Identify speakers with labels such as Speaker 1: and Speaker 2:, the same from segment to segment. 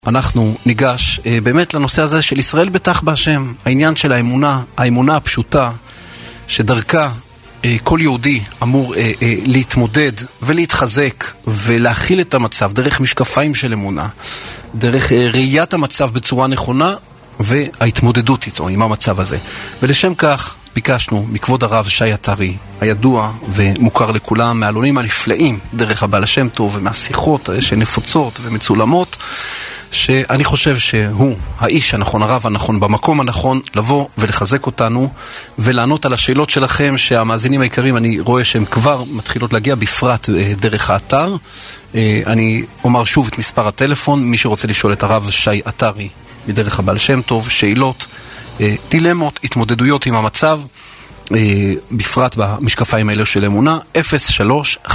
Speaker 1: אנחנו ניגש באמת לנושא הזה של ישראל בטח בהשם, העניין של האמונה הפשוטה שדרכה כל יהודי אמור להתמודד ולהתחזק ולהכיל את המצב דרך משקפיים של אמונה, דרך ראיית המצב בצורה נכונה וההתמודדות איתו, עם המצב הזה. ולשם כך ביקשנו מכבוד הרב שי עטרי, הידוע ומוכר לכולם מהעלונים הנפלאים דרך הבעל השם טוב ומהשיחות שנפוצות ומצולמות, שאני חושב שהוא האיש הנכון, הרב הנכון, במקום הנכון לבוא ולחזק אותנו ולענות על השאלות שלכם שהמאזינים העיקריים אני רואה שהם כבר מתחילות להגיע בפרט דרך האתר. אני אומר שוב את מספר הטלפון, מי שרוצה לשאול את הרב שי עטרי מדרך הבעל שם טוב, שאלות, דילמות, התמודדויות עם המצב, בפרט במשקפיים האלה של אמונה, 03-500-93-93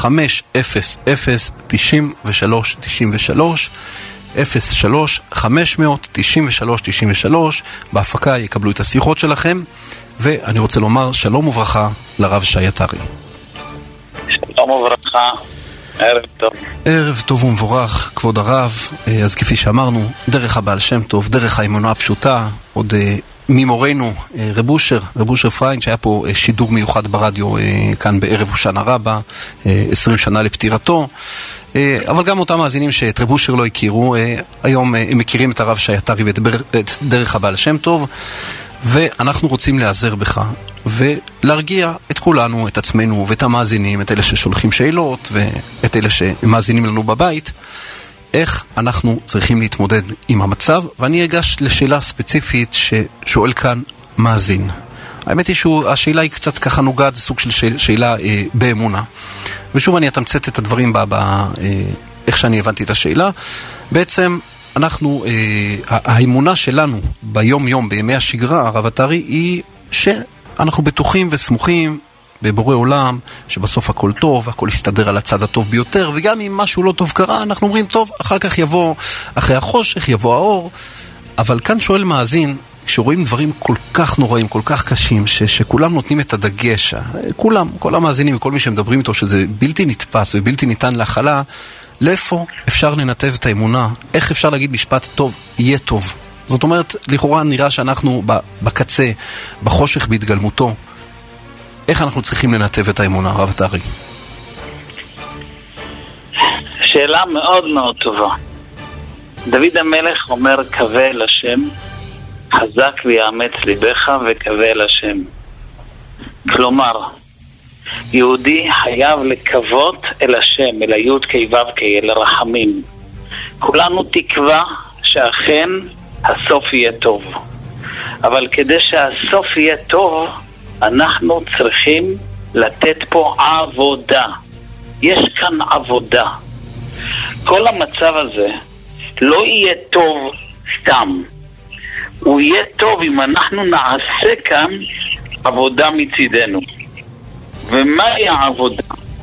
Speaker 1: 03-500-93-93. בהפקה יקבלו את השיחות שלכם, ואני רוצה לומר שלום וברכה לרב שי עטרי.
Speaker 2: שלום וברכה, ערב טוב. ערב
Speaker 1: טוב ומבורך, כבוד הרב. אז כפי שאמרנו, דרך הבעל שם טוב, דרך האמונה הפשוטה, עוד ממורנו רב אושר פריינד, שהיה פה שידור מיוחד ברדיו כאן בערב הושענא רבה, 20 שנה לפטירתו. אבל גם אותם מאזינים שאת רב אושר לא הכירו, היום הם מכירים את הרב שי עטרי ואת דרך הבעל שם טוב, ואנחנו רוצים להיעזר בך ולהרגיע את כולנו, את עצמנו ואת המאזינים, את אלה ששולחים שאלות ואת אלה שמאזינים לנו בבית, איך אנחנו צריכים להתמודד עם המצב. ואני אגש לשאלה ספציפית ששואל כאן מאזין. האמת היא שהשאלה היא קצת ככה נוגעת, סוג של שאלה באמונה. ושוב אני אתמצת את הדברים איך שאני הבנתי את השאלה. בעצם אנחנו, האמונה שלנו ביום יום, בימי השגרה, הרב עטרי, היא שאנחנו בטוחים וסמוכים בבורא עולם, שבסוף הכל טוב, הכל יסתדר על הצד הטוב ביותר, וגם אם משהו לא טוב קרה, אנחנו אומרים, טוב, אחר כך יבוא, אחרי החושך יבוא האור. אבל כאן שואל מאזין, כשרואים דברים כל כך נוראים, כל כך קשים, שכולם נותנים את הדגש, כל המאזינים וכל מי שמדברים איתו, שזה בלתי נתפס ובלתי ניתן להכלה, לאיפה אפשר לנתב את האמונה? איך אפשר להגיד משפט טוב, יהיה טוב? זאת אומרת, לכאורה נראה שאנחנו בקצה, בחושך בהתגלמותו. איך אנחנו צריכים לנתב את האמונה, הרב עטרי?
Speaker 2: שאלה מאוד מאוד טובה. דוד המלך אומר, קווה אל השם, חזק ויאמץ ליבך וקווה אל השם. כלומר, יהודי חייב לקוות אל השם, אל היוד כיבב אל הרחמים. כולנו תקווה שאכן הסוף יהיה טוב. אבל כדי שהסוף יהיה טוב, אנחנו צריכים לתת פה עבודה. יש כאן עבודה. כל המצב הזה לא יהיה טוב סתם. הוא יהיה טוב אם אנחנו נעשה כאן עבודה מצידנו. ומהי העבודה?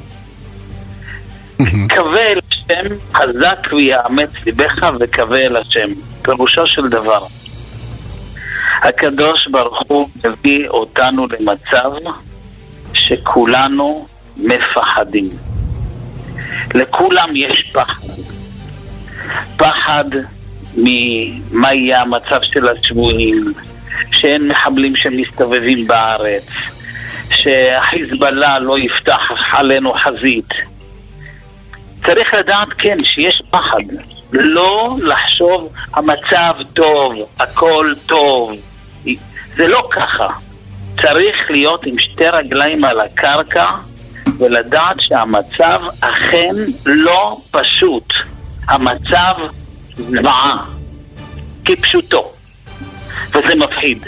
Speaker 2: קווה אל השם, חזק ויאמץ ליבך וקווה אל השם. פירושו של דבר, הקדוש ברוך הוא מביא אותנו למצב שכולנו מפחדים. לכולם יש פחד. פחד ממה יהיה המצב של השבויים, שאין מחבלים שמסתובבים בארץ, שהחיזבאללה לא יפתח עלינו חזית. צריך לדעת כן שיש פחד, לא לחשוב המצב טוב, הכל טוב. זה לא ככה. צריך להיות עם שתי רגליים על הקרקע ולדעת שהמצב אכן לא פשוט. המצב זוועה כפשוטו, וזה מפחיד.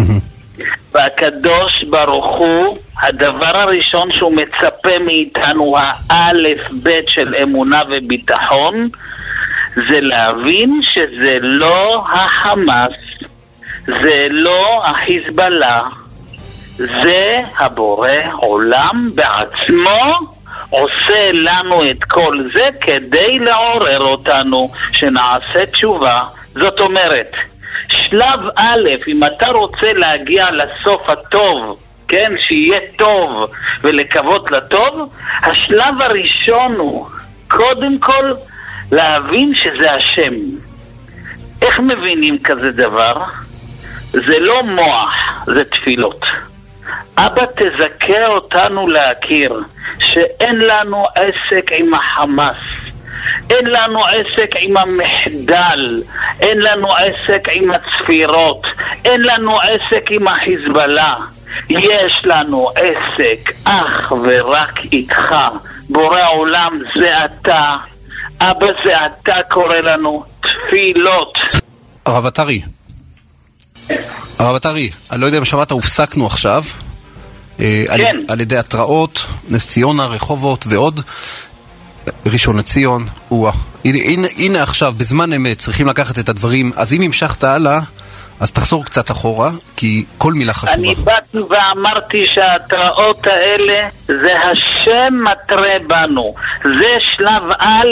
Speaker 2: והקדוש ברוך הוא, הדבר הראשון שהוא מצפה מאיתנו, האלף בית של אמונה וביטחון, זה להבין שזה לא החמאס, זה לא החיזבאללה, זה הבורא עולם בעצמו עושה לנו את כל זה כדי לעורר אותנו שנעשה תשובה. זאת אומרת, שלב א', אם אתה רוצה להגיע לסוף הטוב, כן, שיהיה טוב ולקוות לטוב, השלב הראשון הוא קודם כל להבין שזה השם. איך מבינים כזה דבר? זה לא מוח, זה תפילות. אבא תזכה אותנו להכיר שאין לנו עסק עם החמאס, אין לנו עסק עם המחדל, אין לנו עסק עם הצפירות, אין לנו עסק עם החיזבאללה. יש לנו עסק אך ורק איתך, בורא עולם, זה אתה. אבא, זה אתה קורא לנו תפילות.
Speaker 1: הרב עטרי, אני לא יודע אם שמעת, הופסקנו עכשיו על ידי התראות, נס ציונה, רחובות ועוד, ראשון לציון. הנה עכשיו, בזמן אמת, צריכים לקחת את הדברים. אז אם המשכת הלאה, אז תחזור קצת אחורה, כי כל מילה חשובה.
Speaker 2: אני באתי ואמרתי שההתראות האלה זה השם מטרה בנו. זה שלב א'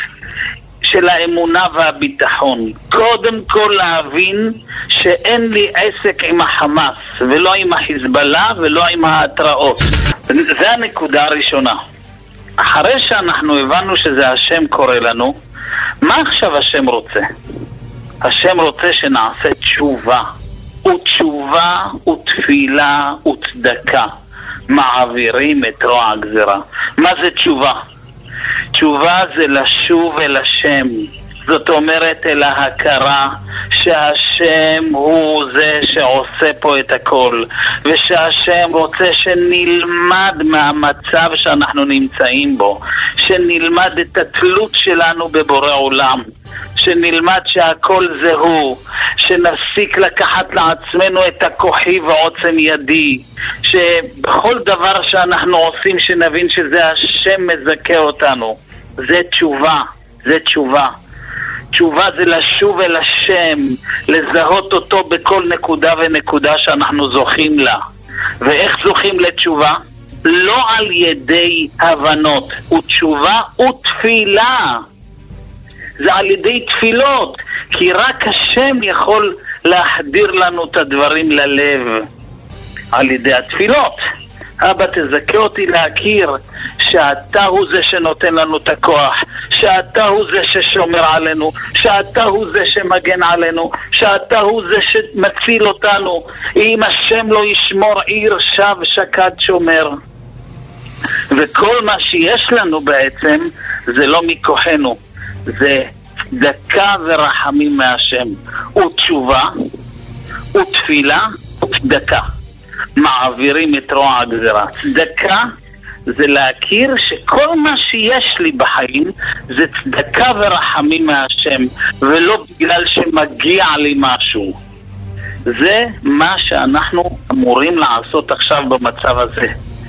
Speaker 2: של האמונה והביטחון. קודם כל להבין שאין לי עסק עם החמאס, ולא עם החיזבאללה, ולא עם ההתראות. זה הנקודה הראשונה. אחרי שאנחנו הבנו שזה השם קורא לנו, מה עכשיו השם רוצה? השם רוצה שנעשה תשובה, ותשובה ותפילה וצדקה, מעבירים את רוע הגזרה. מה זה תשובה? תשובה זה לשוב אל השם, זאת אומרת אל ההכרה שהשם הוא זה שעושה פה את הכל, ושהשם רוצה שנלמד מהמצב שאנחנו נמצאים בו, שנלמד את התלות שלנו בבורא עולם, שנלמד שהכל זה הוא, שנפסיק לקחת לעצמנו את הכוחי ועוצם ידי, שבכל דבר שאנחנו עושים שנבין שזה השם מזכה אותנו. זה תשובה, זה תשובה. תשובה זה לשוב אל השם, לזהות אותו בכל נקודה ונקודה שאנחנו זוכים לה. ואיך זוכים לתשובה? לא על ידי הבנות, ותשובה ותפילה. זה על ידי תפילות, כי רק השם יכול להחדיר לנו את הדברים ללב על ידי התפילות. אבא תזכה אותי להכיר שאתה הוא זה שנותן לנו את הכוח, שאתה הוא זה ששומר עלינו, שאתה הוא זה שמגן עלינו, שאתה הוא זה שמציל אותנו. אם השם לא ישמור עיר שב שקד שומר. וכל מה שיש לנו בעצם זה לא מכוחנו, זה צדקה ורחמים מהשם, ותשובה ותפילה וצדקה, מעבירים את רוע הגזרה. צדקה זה להכיר שכל מה שיש לי בחיים זה צדקה ורחמים מהשם, ולא בגלל שמגיע לי משהו. זה מה שאנחנו אמורים לעשות עכשיו במצב הזה,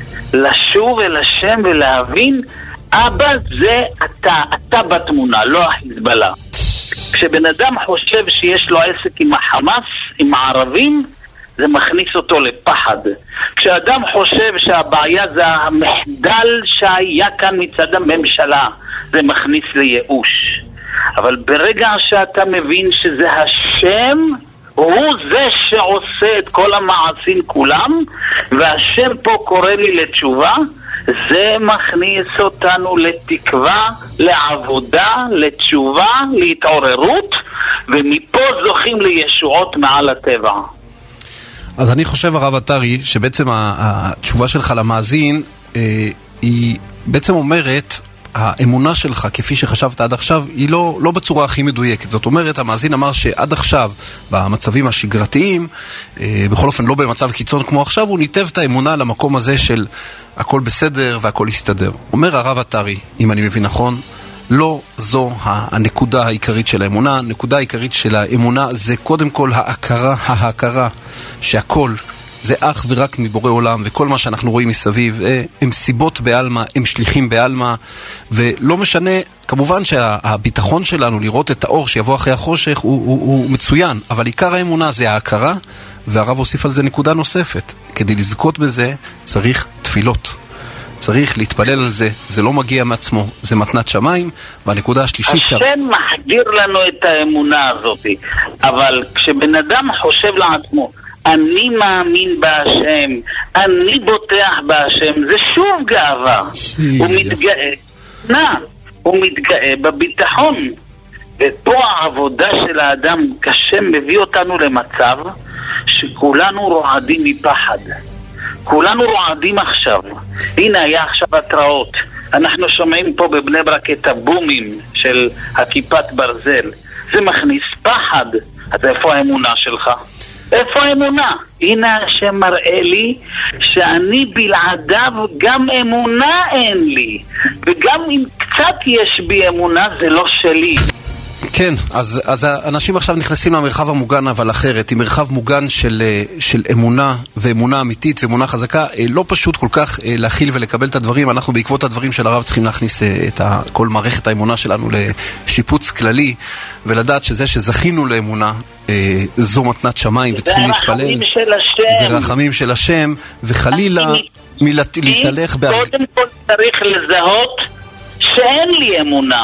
Speaker 2: לשוב אל השם ולהבין אבא זה אתה בתמונה, לא החיזבאללה. כשבן אדם חושב שיש לו עסק עם החמאס, עם הערבים, זה מכניס אותו לפחד. כשאדם חושב שהבעיה זה המחדל שהיה כאן מצד הממשלה, זה מכניס לייאוש. אבל ברגע שאתה מבין שזה השם, הוא זה שעושה את כל המעשים כולם, והשם פה קורא לי לתשובה, זה מכניס אותנו לתקווה, לעבודה, לתשובה, להתעוררות, ומפה זוכים לישועות מעל הטבע.
Speaker 1: אז אני חושב, הרב עטרי, שבעצם התשובה שלך למאזין היא בעצם אומרת, האמונה שלך כפי שחשבת עד עכשיו היא לא בצורה הכי מדויקת. זאת אומרת, המאזין אמר שעד עכשיו במצבים השגרתיים, בכל אופן לא במצב קיצון כמו עכשיו, הוא ניתב את האמונה למקום הזה של הכל בסדר והכל יסתדר. אומר הרב עטרי, אם אני מבין נכון, לא זו הנקודה העיקרית של האמונה. הנקודה העיקרית של האמונה זה קודם כל ההכרה שהכל זה אך ורק מבורא עולם, וכל מה שאנחנו רואים מסביב הם סיבות בעלמא, הם שליחים בעלמא, ולא משנה, כמובן שהביטחון שלנו לראות את האור שיבוא אחרי החושך הוא מצוין, אבל עיקר האמונה זה ההכרה, והרב הוסיף על זה נקודה נוספת. כדי לזכות בזה צריך תפילות, צריך להתפלל על זה, זה לא מגיע מעצמו, זה מתנת שמיים. והנקודה השלישית
Speaker 2: השם מחדיר לנו את האמונה הזאת, אבל כשבן אדם חושב לעצמו אני מאמין בהשם, אני בוטח בהשם, זה שוב גאווה. הוא מתגאה בביטחון. ופה העבודה של האדם קשה מביא אותנו למצב שכולנו רועדים מפחד. כולנו רועדים עכשיו. הנה היה עכשיו התראות. אנחנו שומעים פה בבני ברק את הבומים של הכיפת ברזל. זה מכניס פחד. אז איפה האמונה שלך? איפה האמונה? הנה השם מראה לי שאני בלעדיו גם אמונה אין לי. וגם אם קצת יש בי אמונה זה לא שלי.
Speaker 1: כן, אז האנשים עכשיו נכנסים למרחב המוגן אבל אחרת, עם מרחב מוגן של אמונה ואמונה אמיתית ואמונה חזקה. לא פשוט כל כך להכיל ולקבל את הדברים. אנחנו בעקבות הדברים של הרב צריכים להכניס את כל מערכת האמונה שלנו לשיפוץ כללי, ולדעת שזה שזכינו לאמונה זו מתנת שמיים וצריכים להתפלל. זה רחמים של השם, וחלילה להתהלך
Speaker 2: קודם כל צריך לזהות שאין לי אמונה.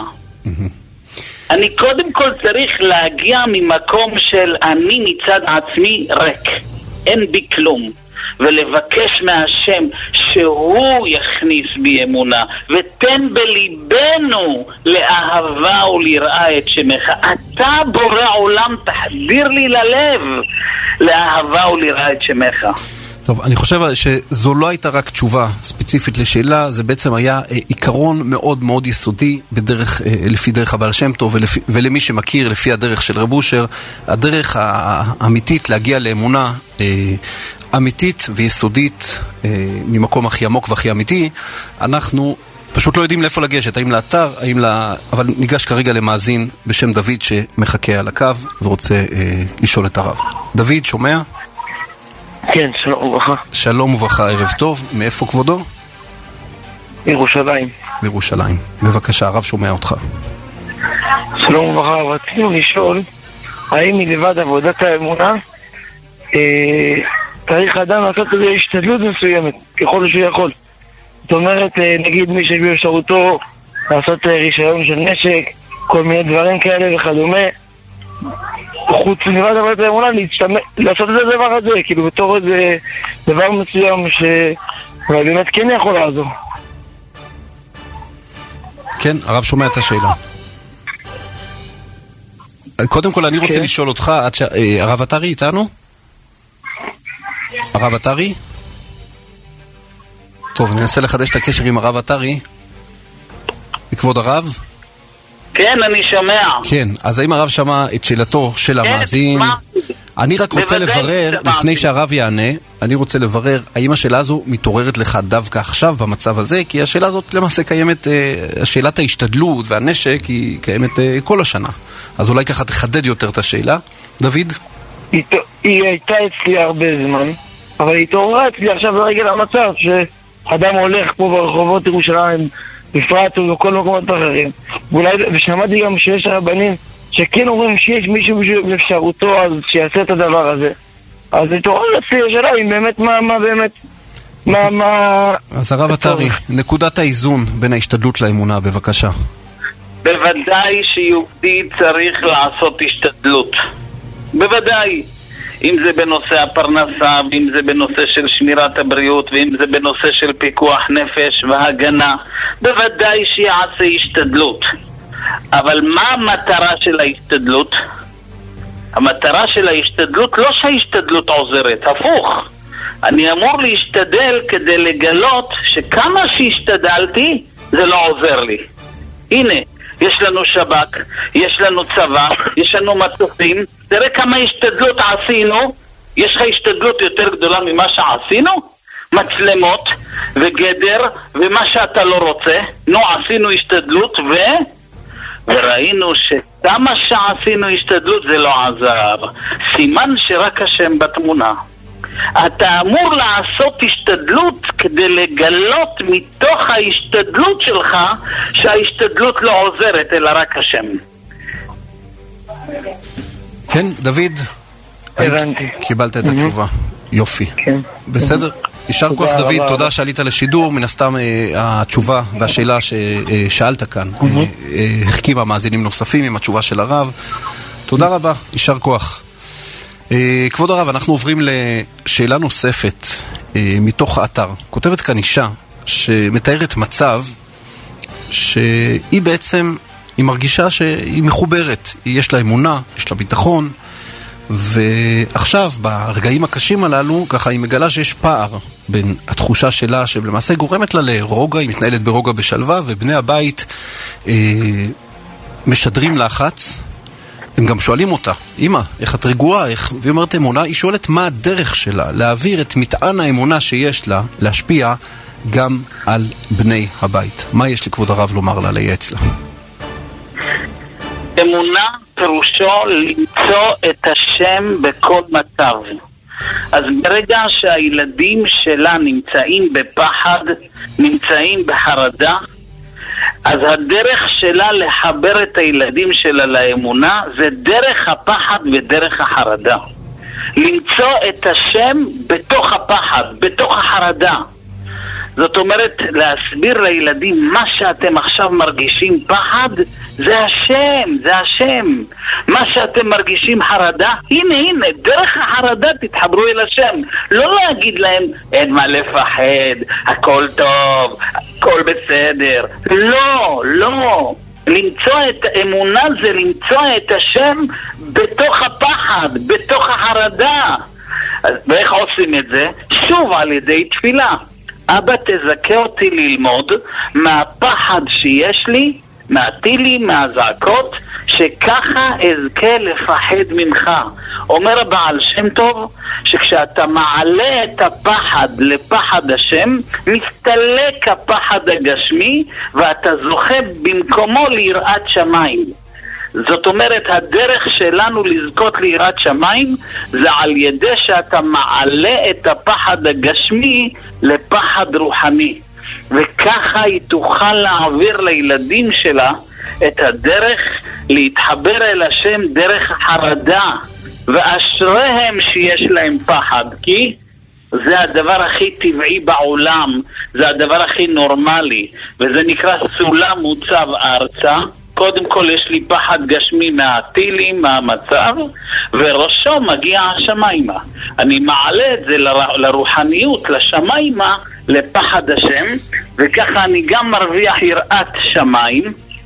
Speaker 2: אני קודם כל צריך להגיע ממקום של אני מצד עצמי ריק, אין בי כלום, ולבקש מהשם שהוא יכניס בי אמונה, ותן בליבנו לאהבה וליראה את שמך. אתה בורא עולם, תחדיר לי ללב לאהבה וליראה את שמך.
Speaker 1: טוב, אני חושב שזו לא הייתה רק תשובה ספציפית לשאלה, זה בעצם היה עיקרון מאוד מאוד יסודי בדרך, לפי דרך הבעל שם טוב, ולמי שמכיר לפי הדרך של רב אושר, הדרך האמיתית להגיע לאמונה אמיתית ויסודית ממקום הכי עמוק והכי אמיתי. אנחנו פשוט לא יודעים לאיפה לגשת, האם לאתר, אבל ניגש כרגע למאזין בשם דוד שמחכה על הקו ורוצה לשאול את הרב. דוד, שומע?
Speaker 3: כן, שלום וברכה.
Speaker 1: שלום וברכה, ערב טוב. מאיפה כבודו?
Speaker 3: ירושלים.
Speaker 1: בירושלים. בבקשה, הרב שומע אותך.
Speaker 3: שלום וברכה, רצינו לשאול, האם מלבד עבודת האמונה, צריך אדם לעשות איזו השתדלות מסוימת, ככל שהוא יכול. זאת אומרת, נגיד מי שבאפשרותו לעשות רישיון של נשק, כל מיני דברים כאלה וכדומה, חוץ מלבד עבודת האמונה, לעשות את הדבר הזה, כאילו בתור איזה דבר מסוים שבאמת כן יכול לעזור.
Speaker 1: כן, הרב שומע את השאלה. קודם כל אני רוצה לשאול אותך, הרב אתרי איתנו? הרב אתרי? טוב, ננסה לחדש את הקשר עם הרב אתרי. כבוד הרב?
Speaker 2: כן, אני שומע.
Speaker 1: כן, אז האם הרב שמע את שאלתו של המאזין? אני רק רוצה לברר, לפני שהרב יענה, אני רוצה לברר האם השאלה הזו מתעוררת לך דווקא עכשיו במצב הזה, כי השאלה הזאת למעשה קיימת, השאלת ההשתדלות והנשק היא קיימת כל השנה. אז אולי ככה תחדד יותר את השאלה. דוד?
Speaker 3: היא הייתה אצלי הרבה זמן, אבל היא התעוררה אצלי עכשיו ברגל המצב שאדם הולך פה ברחובות ירושלים בפרט ובכל מקומות אחרים, ושמעתי גם שיש רבנים שכן אומרים שיש מישהו באפשרותו אז שיעשה את הדבר הזה. אז התעורר אצלי השאלה אם באמת מה באמת מה
Speaker 1: אז הרב אתרי, נקודת האיזון בין ההשתדלות לאמונה, בבקשה.
Speaker 2: בוודאי שיהודי צריך לעשות השתדלות, בוודאי, אם זה בנושא הפרנסה, ואם זה בנושא של שמירת הבריאות, ואם זה בנושא של פיקוח נפש והגנה, בוודאי שיעשה השתדלות. אבל מה המטרה של ההשתדלות? המטרה של ההשתדלות לא שההשתדלות עוזרת, הפוך. אני אמור להשתדל כדי לגלות שכמה שהשתדלתי זה לא עוזר לי. הנה, יש לנו שב"כ, יש לנו צבא, יש לנו מטוסים, תראה כמה השתדלות עשינו. יש לך השתדלות יותר גדולה ממה שעשינו? מצלמות וגדר ומה שאתה לא רוצה. נו, עשינו השתדלות וראינו שכמה שעשינו השתדלות זה לא עזר. סימן שרק השם בתמונה. אתה אמור לעשות השתדלות כדי לגלות מתוך ההשתדלות שלך שההשתדלות לא עוזרת אלא רק השם.
Speaker 1: כן, דוד, קיבלת את התשובה. יופי. בסדר? יישר כוח דוד, תודה שעלית לשידור. מן הסתם התשובה והשאלה ששאלת כאן החכימה מאזינים נוספים עם התשובה של הרב. תודה רבה, יישר כוח. כבוד הרב, אנחנו עוברים לשאלה נוספת מתוך האתר. כותבת כאן אישה שמתארת מצב שהיא בעצם היא מרגישה שהיא מחוברת, יש לה אמונה, יש לה ביטחון, ועכשיו ברגעים הקשים הללו ככה היא מגלה שיש פער בין התחושה שלה שלמעשה גורמת לה לרוגע, היא מתנהלת ברוגע בשלווה, ובני הבית משדרים לחץ. הם גם שואלים אותה, אמא, איך את רגועה? והיא אומרת אמונה, היא שואלת מה הדרך שלה להעביר את מטען האמונה שיש לה, להשפיע גם על בני הבית. מה יש לכבוד הרב לומר לה, לייעץ לה?
Speaker 2: אמונה פירושו למצוא את השם בכל מצב. אז ברגע שהילדים שלה נמצאים בפחד, נמצאים בחרדה, אז הדרך שלה לחבר את הילדים שלה לאמונה זה דרך הפחד ודרך החרדה. למצוא את השם בתוך הפחד, בתוך החרדה. זאת אומרת, להסביר לילדים מה שאתם עכשיו מרגישים פחד, זה השם, זה השם. מה שאתם מרגישים חרדה, הנה, דרך החרדה תתחברו אל השם. לא להגיד להם, אין מה לפחד, הכל טוב, הכל בסדר. לא. למצוא את האמונה זה למצוא את השם בתוך הפחד, בתוך החרדה. ואיך עושים את זה? שוב על ידי תפילה. אבא תזכה אותי ללמוד מהפחד שיש לי, מהטילים, מהזעקות, שככה אזכה לפחד ממך. אומר הבעל שם טוב, שכשאתה מעלה את הפחד לפחד השם, מסתלק הפחד הגשמי, ואתה זוכה במקומו ליראת שמיים. זאת אומרת, הדרך שלנו לזכות ליראת שמיים זה על ידי שאתה מעלה את הפחד הגשמי לפחד רוחני, וככה היא תוכל להעביר לילדים שלה את הדרך להתחבר אל השם דרך חרדה, ואשריהם שיש להם פחד, כי זה הדבר הכי טבעי בעולם, זה הדבר הכי נורמלי, וזה נקרא סולם מוצב ארצה. קודם כל יש לי פחד גשמי מהטילים, מהמצב, וראשו מגיע השמיימה. אני מעלה את זה לרוחניות, לשמיימה, לפחד השם, וככה אני גם מרוויח יראת שמיים.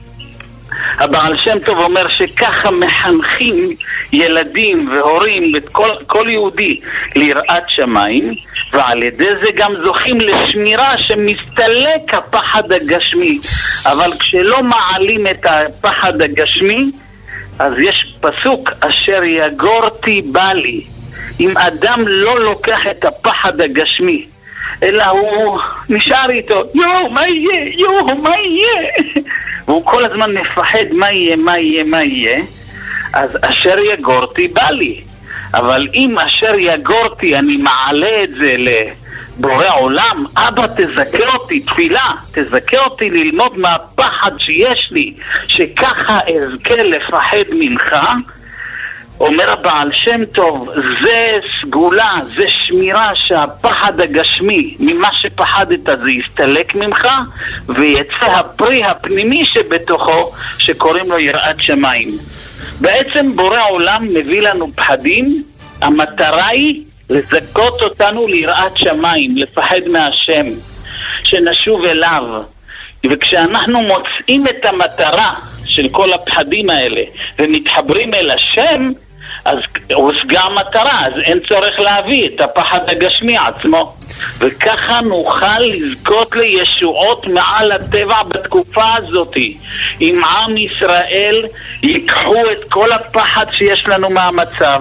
Speaker 2: הבעל שם טוב אומר שככה מחנכים ילדים והורים לכל יהודי ליראת שמיים, ועל ידי זה גם זוכים לשמירה שמסתלק הפחד הגשמי. אבל כשלא מעלים את הפחד הגשמי, אז יש פסוק, אשר יגורתי בא לי. אם אדם לא לוקח את הפחד הגשמי, אלא הוא נשאר איתו, מה יהיה? והוא כל הזמן מפחד מה יהיה, אז אשר יגורתי בא לי. אבל אם אשר יגורתי אני מעלה את זה לבורא עולם, אבא תזכה אותי, תפילה, תזכה אותי ללמוד מהפחד שיש לי, שככה אזכה לפחד ממך. אומר הבעל שם טוב, זה סגולה, זה שמירה שהפחד הגשמי ממה שפחדת זה יסתלק ממך, ויצא הפרי הפנימי שבתוכו שקוראים לו יראת שמיים. בעצם בורא עולם מביא לנו פחדים, המטרה היא לזכות אותנו ליראת שמיים, לפחד מהשם, שנשוב אליו. וכשאנחנו מוצאים את המטרה של כל הפחדים האלה ומתחברים אל השם, אז הושגה המטרה, אז אין צורך להביא את הפחד הגשמי עצמו, וככה נוכל לזכות לישועות מעל הטבע בתקופה הזאת. אם עם ישראל ייקחו את כל הפחד שיש לנו מהמצב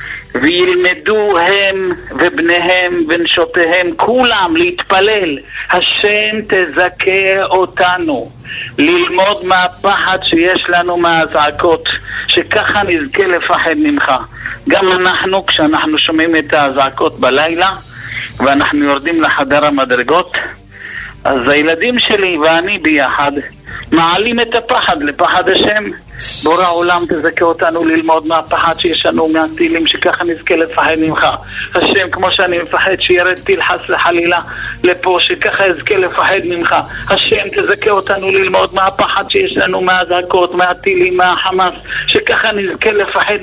Speaker 2: וילמדו הם ובניהם ונשותיהם כולם להתפלל, השם תזכה אותנו ללמוד מהפחד שיש לנו מהזעקות, שככה נזכה לפחד ממך. גם אנחנו, כשאנחנו שומעים את הזעקות בלילה ואנחנו יורדים לחדר המדרגות, אז הילדים שלי ואני ביחד מעלים את הפחד לפחד השם. בורא עולם תזכה אותנו ללמוד מהפחד שיש לנו מהטילים, שככה נזכה לפחד ממך. השם, כמו שאני מפחד שירד טיל חס וחלילה לפה, שככה אזכה לפחד ממך. השם תזכה אותנו ללמוד מהפחד שיש לנו מהזעקות, מהטילים, מהחמאס, שככה נזכה לפחד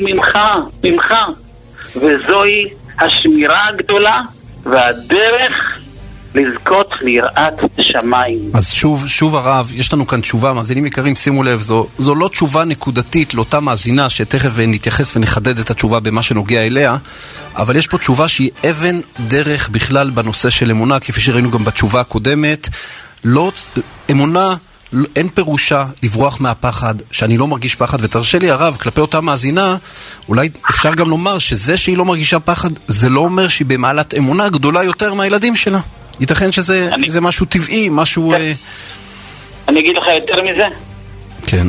Speaker 2: ממך. וזוהי השמירה הגדולה והדרך לזכות ליראת שמיים.
Speaker 1: אז שוב הרב, יש לנו כאן תשובה, מאזינים יקרים, שימו לב, זו לא תשובה נקודתית לאותה מאזינה, שתכף נתייחס ונחדד את התשובה במה שנוגע אליה, אבל יש פה תשובה שהיא אבן דרך בכלל בנושא של אמונה, כפי שראינו גם בתשובה הקודמת. אמונה אין פירושה לברוח מהפחד, שאני לא מרגיש פחד, ותרשה לי הרב, כלפי אותה מאזינה, אולי אפשר גם לומר שזה שהיא לא מרגישה פחד, זה לא אומר שהיא במעלת אמונה גדולה יותר מהילדים שלה. ייתכן שזה משהו טבעי, משהו...
Speaker 2: אני אגיד לך יותר מזה?
Speaker 1: כן.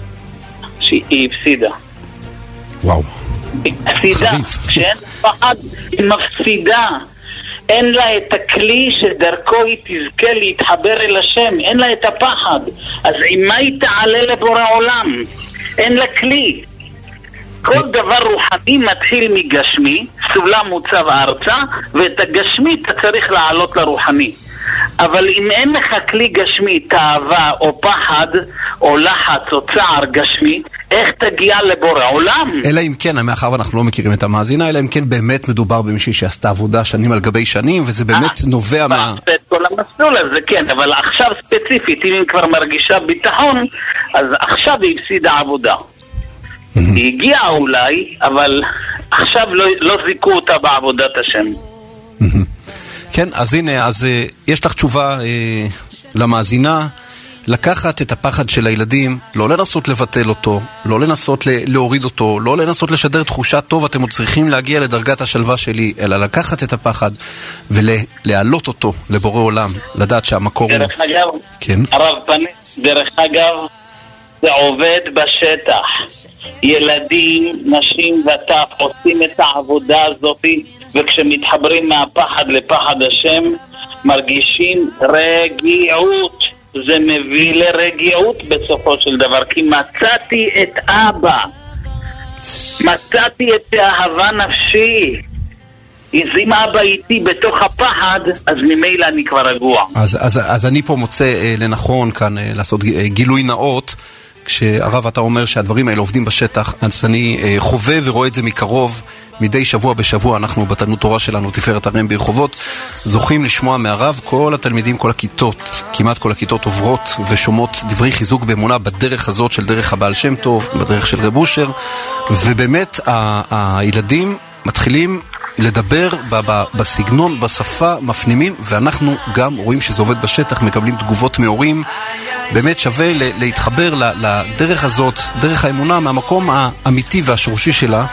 Speaker 2: שהיא הפסידה.
Speaker 1: וואו.
Speaker 2: היא הפסידה. כשאין פחד, היא מפסידה. אין לה את הכלי שדרכו היא תזכה להתחבר אל השם. אין לה את הפחד. אז עם מה היא תעלה לבורא עולם? אין לה כלי. כל דבר רוחני מתחיל מגשמי, סולם מוצב ארצה, ואת הגשמי אתה צריך לעלות לרוחני. אבל אם אין לך כלי גשמי, תאווה או פחד או לחץ או צער גשמי, איך תגיע לבורא עולם?
Speaker 1: אלא אם כן, מאחר ואנחנו לא מכירים את המאזינה, אלא אם כן באמת מדובר במישהי שעשתה עבודה שנים על גבי שנים, וזה באמת נובע מה...
Speaker 2: כל המסלול הזה, כן, אבל עכשיו ספציפית, אם היא כבר מרגישה ביטחון, אז עכשיו היא הפסידה עבודה. היא הגיעה אולי, אבל עכשיו לא זיקו אותה בעבודת השם.
Speaker 1: כן, אז הנה, אז יש לך תשובה למאזינה, לקחת את הפחד של הילדים, לא לנסות לבטל אותו, לא לנסות להוריד אותו, לא לנסות לשדר תחושה טוב, אתם עוד צריכים להגיע לדרגת השלווה שלי, אלא לקחת את הפחד ולהעלות אותו לבורא עולם, לדעת שהמקור הוא...
Speaker 2: דרך אגב,
Speaker 1: כן.
Speaker 2: הרב פני, דרך אגב, זה עובד בשטח. ילדים, נשים וטף עושים את העבודה הזאת, וכשמתחברים מהפחד לפחד השם, מרגישים רגיעות. זה מביא לרגיעות בסופו של דבר, כי מצאתי את אבא, מצאתי את אהבה נפשי. אם אבא איתי בתוך הפחד, אז ממילא אני כבר רגוע.
Speaker 1: אז אני פה מוצא לנכון כאן לעשות גילוי נאות. כשהרב אתה אומר שהדברים האלה עובדים בשטח, אז אני חווה ורואה את זה מקרוב. מדי שבוע בשבוע אנחנו בתלמוד תורה שלנו תפארת הרם ברחובות זוכים לשמוע מהרב. כל התלמידים, כל הכיתות, כמעט כל הכיתות עוברות ושומעות דברי חיזוק באמונה בדרך הזאת של דרך הבעל שם טוב, בדרך של רב אושר, ובאמת הילדים מתחילים לדבר בסגנון, בשפה, מפנימים, ואנחנו גם רואים שזה עובד בשטח, מקבלים תגובות מהורים. באמת שווה להתחבר לדרך הזאת, דרך האמונה, מהמקום האמיתי והשורשי שלה.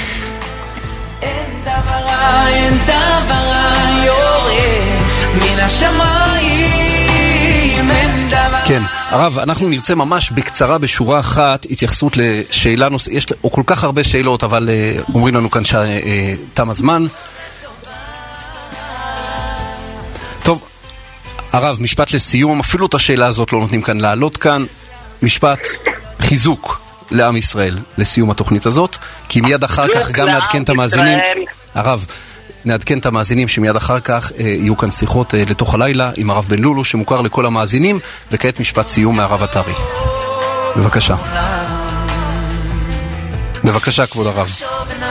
Speaker 4: אין דבר יורד מן השמיים, אין דבר...
Speaker 1: כן, הרב, אנחנו נרצה ממש בקצרה בשורה אחת התייחסות לשאלה יש או כל כך הרבה שאלות, אבל אומרים לנו כאן שתם הזמן. טוב, הרב, משפט לסיום, אפילו את השאלה הזאת לא נותנים כאן לעלות כאן. משפט חיזוק לעם ישראל לסיום התוכנית הזאת, כי מיד אחר כך גם נעדכן את המאזינים. הרב, נעדכן את המאזינים שמיד אחר כך יהיו כאן שיחות לתוך הלילה עם הרב בן לולו שמוכר לכל המאזינים, וכעת משפט סיום מהרב עטרי. בבקשה. בבקשה כבוד הרב.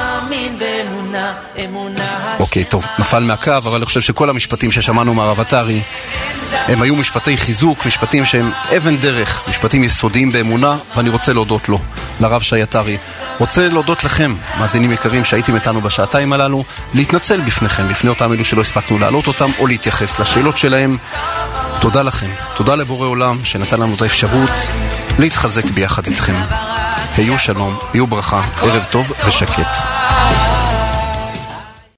Speaker 1: אוקיי, טוב, נפל מהקו, אבל אני חושב שכל המשפטים ששמענו מהרב עטרי הם היו משפטי חיזוק, משפטים שהם אבן דרך, משפטים יסודיים באמונה, ואני רוצה להודות לו, לרב שי עטרי. רוצה להודות לכם, מאזינים יקרים שהייתם איתנו בשעתיים הללו, להתנצל בפניכם, בפני אותם אלו שלא הספקנו להעלות אותם או להתייחס לשאלות שלהם. תודה לכם, תודה לבורא עולם שנתן לנו את האפשרות להתחזק ביחד איתכם. היו שלום, היו ברכה, ערב טוב ושקט.